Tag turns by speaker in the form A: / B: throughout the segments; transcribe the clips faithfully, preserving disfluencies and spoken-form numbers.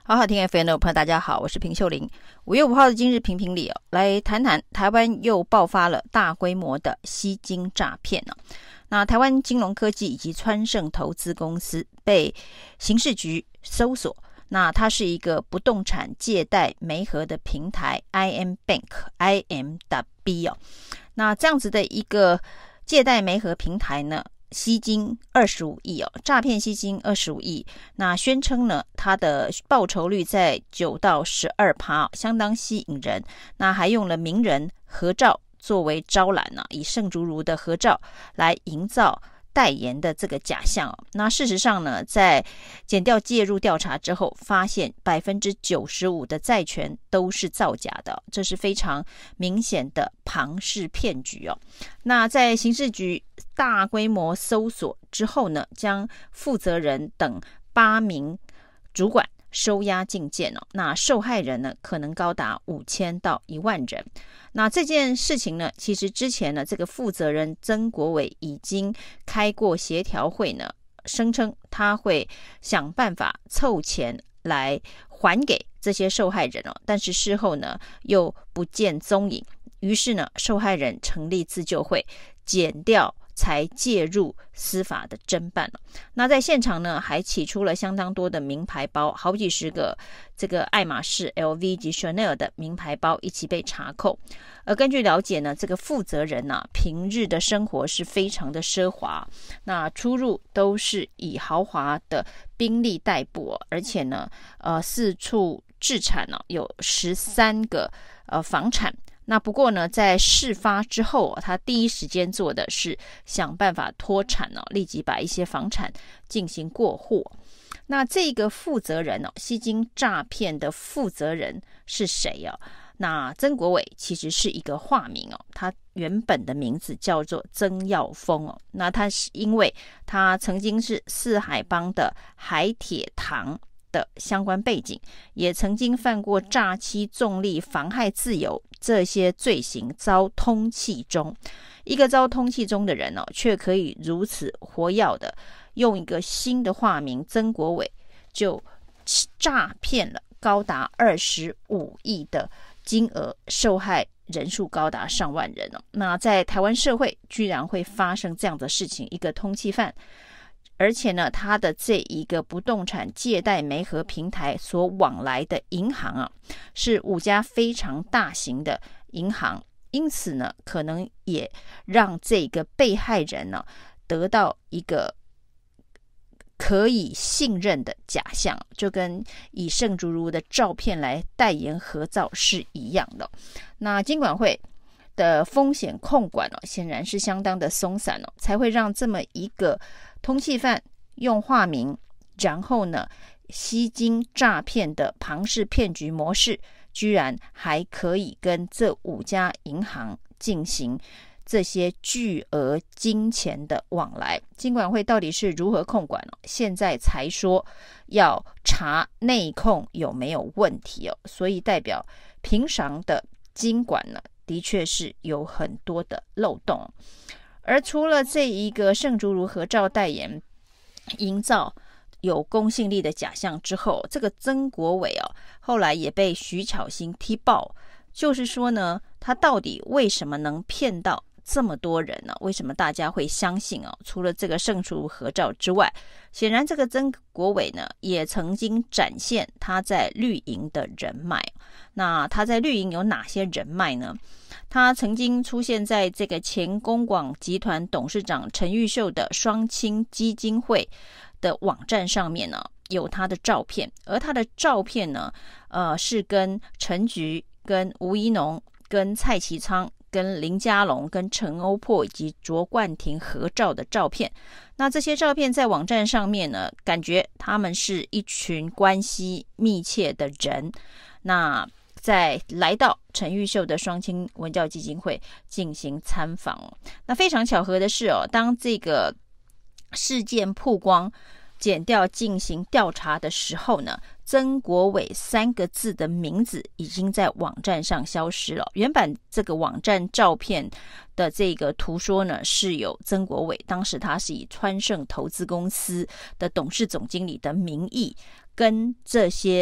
A: 好好听 F M 的朋友大家好，我是平秀玲。五月五号的今日评评里、哦、来谈谈台湾又爆发了大规模的吸金诈骗、哦、那台湾金融科技以及川盛投资公司被刑事局搜索，那它是一个不动产借贷媒合的平台 I M Bank I M B 哦。那这样子的一个借贷媒合平台呢，吸金二十五亿哦，诈骗吸金二十五亿。那宣称呢，它的报酬率在九到十二趴，相当吸引人。那还用了名人合照作为招揽呢、啊，以盛竹如的合照来营造代言的这个假象、哦、那事实上呢，在检调介入调查之后，发现百分之九十五的债权都是造假的、哦，这是非常明显的庞氏骗局哦。那在刑事局大规模搜索之后呢，将负责人等八名主管收押禁见哦。那受害人呢，可能高达五千到一万人。那这件事情呢，其实之前呢，这个负责人曾国伟已经开过协调会呢，声称他会想办法凑钱来还给这些受害人哦，但是事后呢又不见踪影。于是呢，受害人成立自救会，检调才介入司法的侦办了。那在现场呢，还起出了相当多的名牌包，好几十个这个爱马仕、L V 及 Chanel 的名牌包一起被查扣。而根据了解呢，这个负责人啊，平日的生活是非常的奢华，那出入都是以豪华的宾利代步、哦，而且呢，呃，四处置产呢、哦，有十三个呃房产。那不过呢，在事发之后，他第一时间做的是想办法脱产哦，立即把一些房产进行过户。那这个负责人哦，吸金诈骗的负责人是谁哦？那曾国伟其实是一个化名哦，他原本的名字叫做曾耀峰哦。那他是因为他曾经是四海帮的海铁堂的相关背景，也曾经犯过诈欺、纵利、妨害自由这些罪行，遭通缉中。一个遭通缉中的人哦，却可以如此活跃的用一个新的化名曾国伟，就诈骗了高达二十五亿的金额，受害人数高达上万人哦。那在台湾社会居然会发生这样的事情，一个通缉犯，而且呢，他的这一个不动产借贷媒合平台所往来的银行啊，是五家非常大型的银行，因此呢，可能也让这个被害人呢得到一个可以信任的假象，就跟以盛竹如的照片来代言合照是一样的。那金管会的风险控管哦，显然是相当的松散哦，才会让这么一个通缉犯用化名，然后呢吸金诈骗的庞氏骗局模式，居然还可以跟这五家银行进行这些巨额金钱的往来。金管会到底是如何控管、哦、现在才说要查内控有没有问题哦，所以代表平常的金管呢，的确是有很多的漏洞。而除了这一个盛竹如合照代言营造有公信力的假象之后，这个曾国伟哦，后来也被徐巧芯踢爆，就是说呢，他到底为什么能骗到这么多人呢？为什么大家会相信哦？除了这个盛竹如合照之外，显然这个曾国伟呢，也曾经展现他在绿营的人脉。那他在绿营有哪些人脉呢？他曾经出现在这个前公广集团董事长陈玉秀的双亲基金会的网站上面呢，有他的照片，而他的照片呢，呃，是跟陈菊、跟吴怡农、跟蔡其昌、跟林佳龙、跟陈欧珀以及卓冠廷合照的照片。那这些照片在网站上面呢，感觉他们是一群关系密切的人。那在来到陈玉秀的双亲文教基金会进行参访哦。那非常巧合的是哦，当这个事件曝光，检调进行调查的时候呢，曾国伟三个字的名字已经在网站上消失了。原本这个网站照片的这个图说呢，是有曾国伟，当时他是以川盛投资公司的董事总经理的名义，跟这些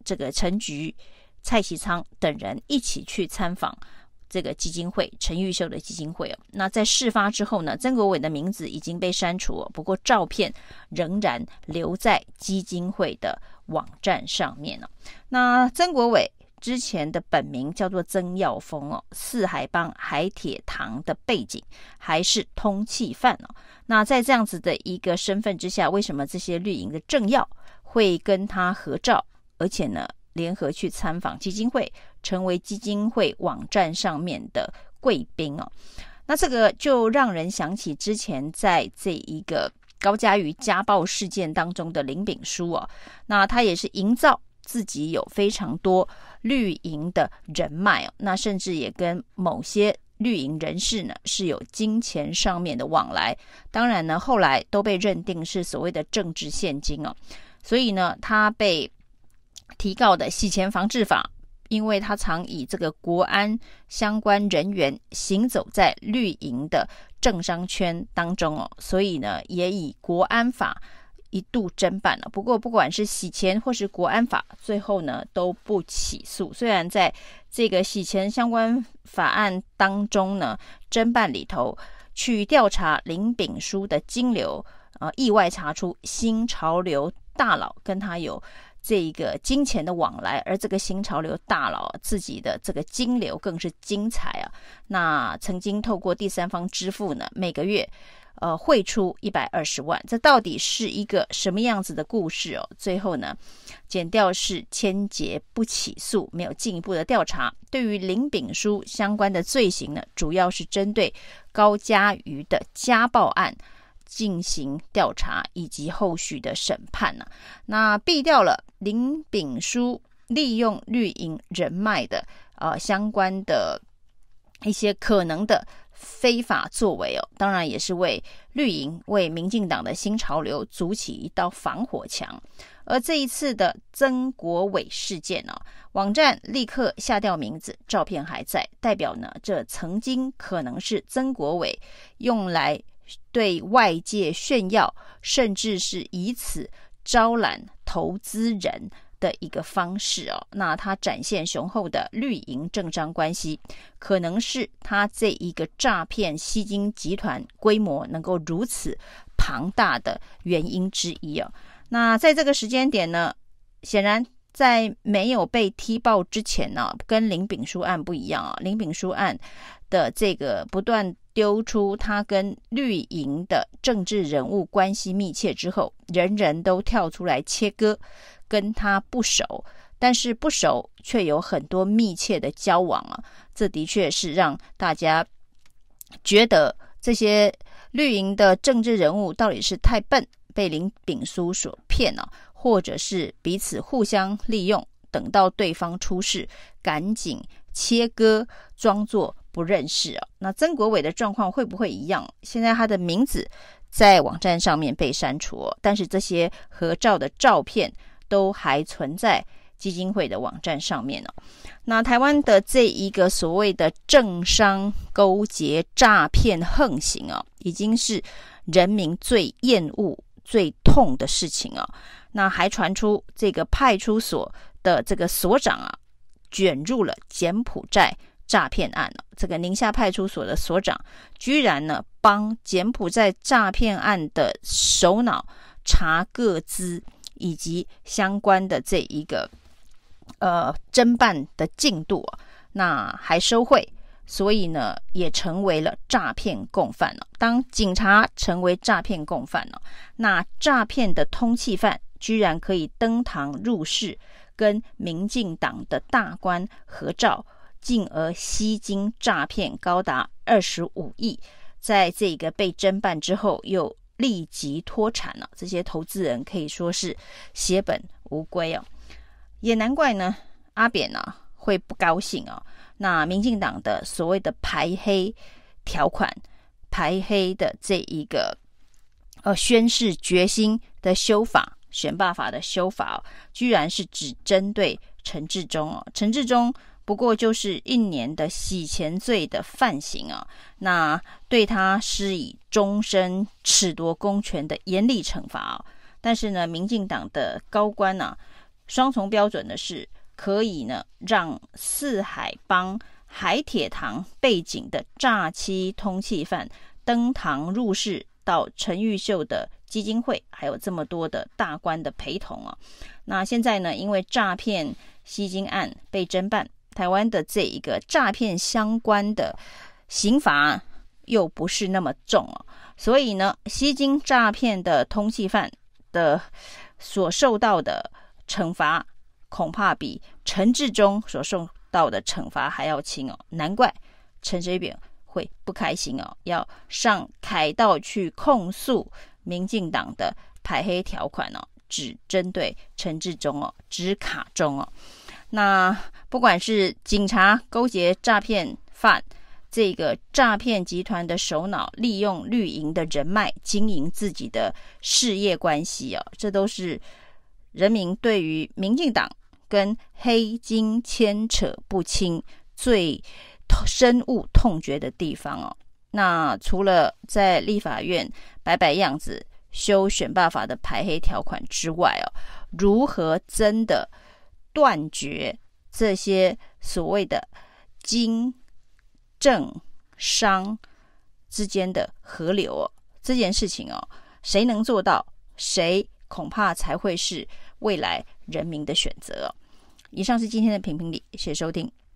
A: 这个陈菊、蔡其昌等人一起去参访这个基金会，陈玉秀的基金会哦。那在事发之后呢，曾国伟的名字已经被删除哦，不过照片仍然留在基金会的网站上面哦。那曾国伟之前的本名叫做曾耀峰哦，四海帮海铁堂的背景还是通缉犯哦。那在这样子的一个身份之下，为什么这些绿营的政要会跟他合照，而且呢联合去参访基金会，成为基金会网站上面的贵宾哦？那这个就让人想起之前在这一个高嘉瑜家暴事件当中的林炳书哦，那他也是营造自己有非常多绿营的人脉哦，那甚至也跟某些绿营人士呢是有金钱上面的往来，当然呢后来都被认定是所谓的政治现金哦，所以呢他被提告的洗钱防治法，因为他常以这个国安相关人员行走在绿营的政商圈当中哦，所以呢也以国安法一度侦办了。不过不管是洗钱或是国安法，最后呢都不起诉。虽然在这个洗钱相关法案当中呢，侦办里头去调查林炳书的金流，呃，意外查出新潮流大佬跟他有这个金钱的往来，而这个新潮流大佬自己的这个金流更是精彩啊！那曾经透过第三方支付呢，每个月呃汇出一百二十万，这到底是一个什么样子的故事哦？最后呢，检调是签结不起诉，没有进一步的调查。对于林炳书相关的罪行呢，主要是针对高嘉瑜的家暴案进行调查以及后续的审判呢、啊。那避掉了林炳书利用绿营人脉的呃相关的一些可能的非法作为哦，当然也是为绿营为民进党的新潮流筑起一道防火墙。而这一次的曾国伟事件呢、哦，网站立刻下掉名字，照片还在，代表呢这曾经可能是曾国伟用来对外界炫耀，甚至是以此招揽投资人的一个方式哦。那他展现雄厚的绿营政商关系，可能是他这一个诈骗吸金集团规模能够如此庞大的原因之一哦。那在这个时间点呢，显然在没有被踢爆之前呢、啊，跟林炳书案不一样啊。林炳书案的这个不断丢出他跟绿营的政治人物关系密切之后，人人都跳出来切割，跟他不熟，但是不熟却有很多密切的交往啊。这的确是让大家觉得这些绿营的政治人物到底是太笨，被林炳书所骗啊，或者是彼此互相利用，等到对方出事，赶紧切割，装作不认识啊。那曾国伟的状况会不会一样？现在他的名字在网站上面被删除、哦，但是这些合照的照片都还存在基金会的网站上面、哦、那台湾的这一个所谓的政商勾结诈骗横行啊、哦，已经是人民最厌恶最痛的事情啊、哦。那还传出这个派出所的这个所长啊，卷入了柬埔寨诈骗案、哦、这个宁夏派出所的所长居然呢帮柬埔寨诈骗案的首脑查个资以及相关的这一个呃侦办的进度、哦、那还收贿，所以呢也成为了诈骗共犯、哦、当警察成为诈骗共犯、哦、那诈骗的通缉犯居然可以登堂入室，跟民进党的大官合照，进而吸金诈骗高达二十五亿，在这个被侦办之后又立即脱产了，这些投资人可以说是血本无归哦。也难怪呢，阿扁呢、啊、会不高兴哦。那民进党的所谓的排黑条款，排黑的这一个呃宣誓决心的修法，选罢法的修法、哦，居然是只针对陈致中哦。陈致中不过就是一年的洗钱罪的犯行啊，那对他施以终身褫夺公权的严厉惩罚啊。但是呢，民进党的高官啊， 双重标准的是可以呢让四海帮海铁堂背景的诈欺通缉犯登堂入室，到陈玉秀的基金会，还有这么多的大官的陪同啊。那现在呢，因为诈骗吸金案被侦办，台湾的这一个诈骗相关的刑罚又不是那么重哦，所以呢，吸金诈骗的通缉犯的所受到的惩罚，恐怕比陈致中所受到的惩罚还要轻哦。难怪陈水扁会不开心哦，要上凯道去控诉民进党的排黑条款哦，只针对陈致中哦，只卡中哦。那不管是警察勾结诈骗犯，这个诈骗集团的首脑利用绿营的人脉经营自己的事业关系哦，这都是人民对于民进党跟黑金牵扯不清最深恶痛绝的地方哦。那除了在立法院摆摆样子修选罢法的排黑条款之外哦，如何真的断绝这些所谓的金政商之间的河流哦，这件事情哦，谁能做到，谁恐怕才会是未来人民的选择哦。以上是今天的评评理，谢谢收听。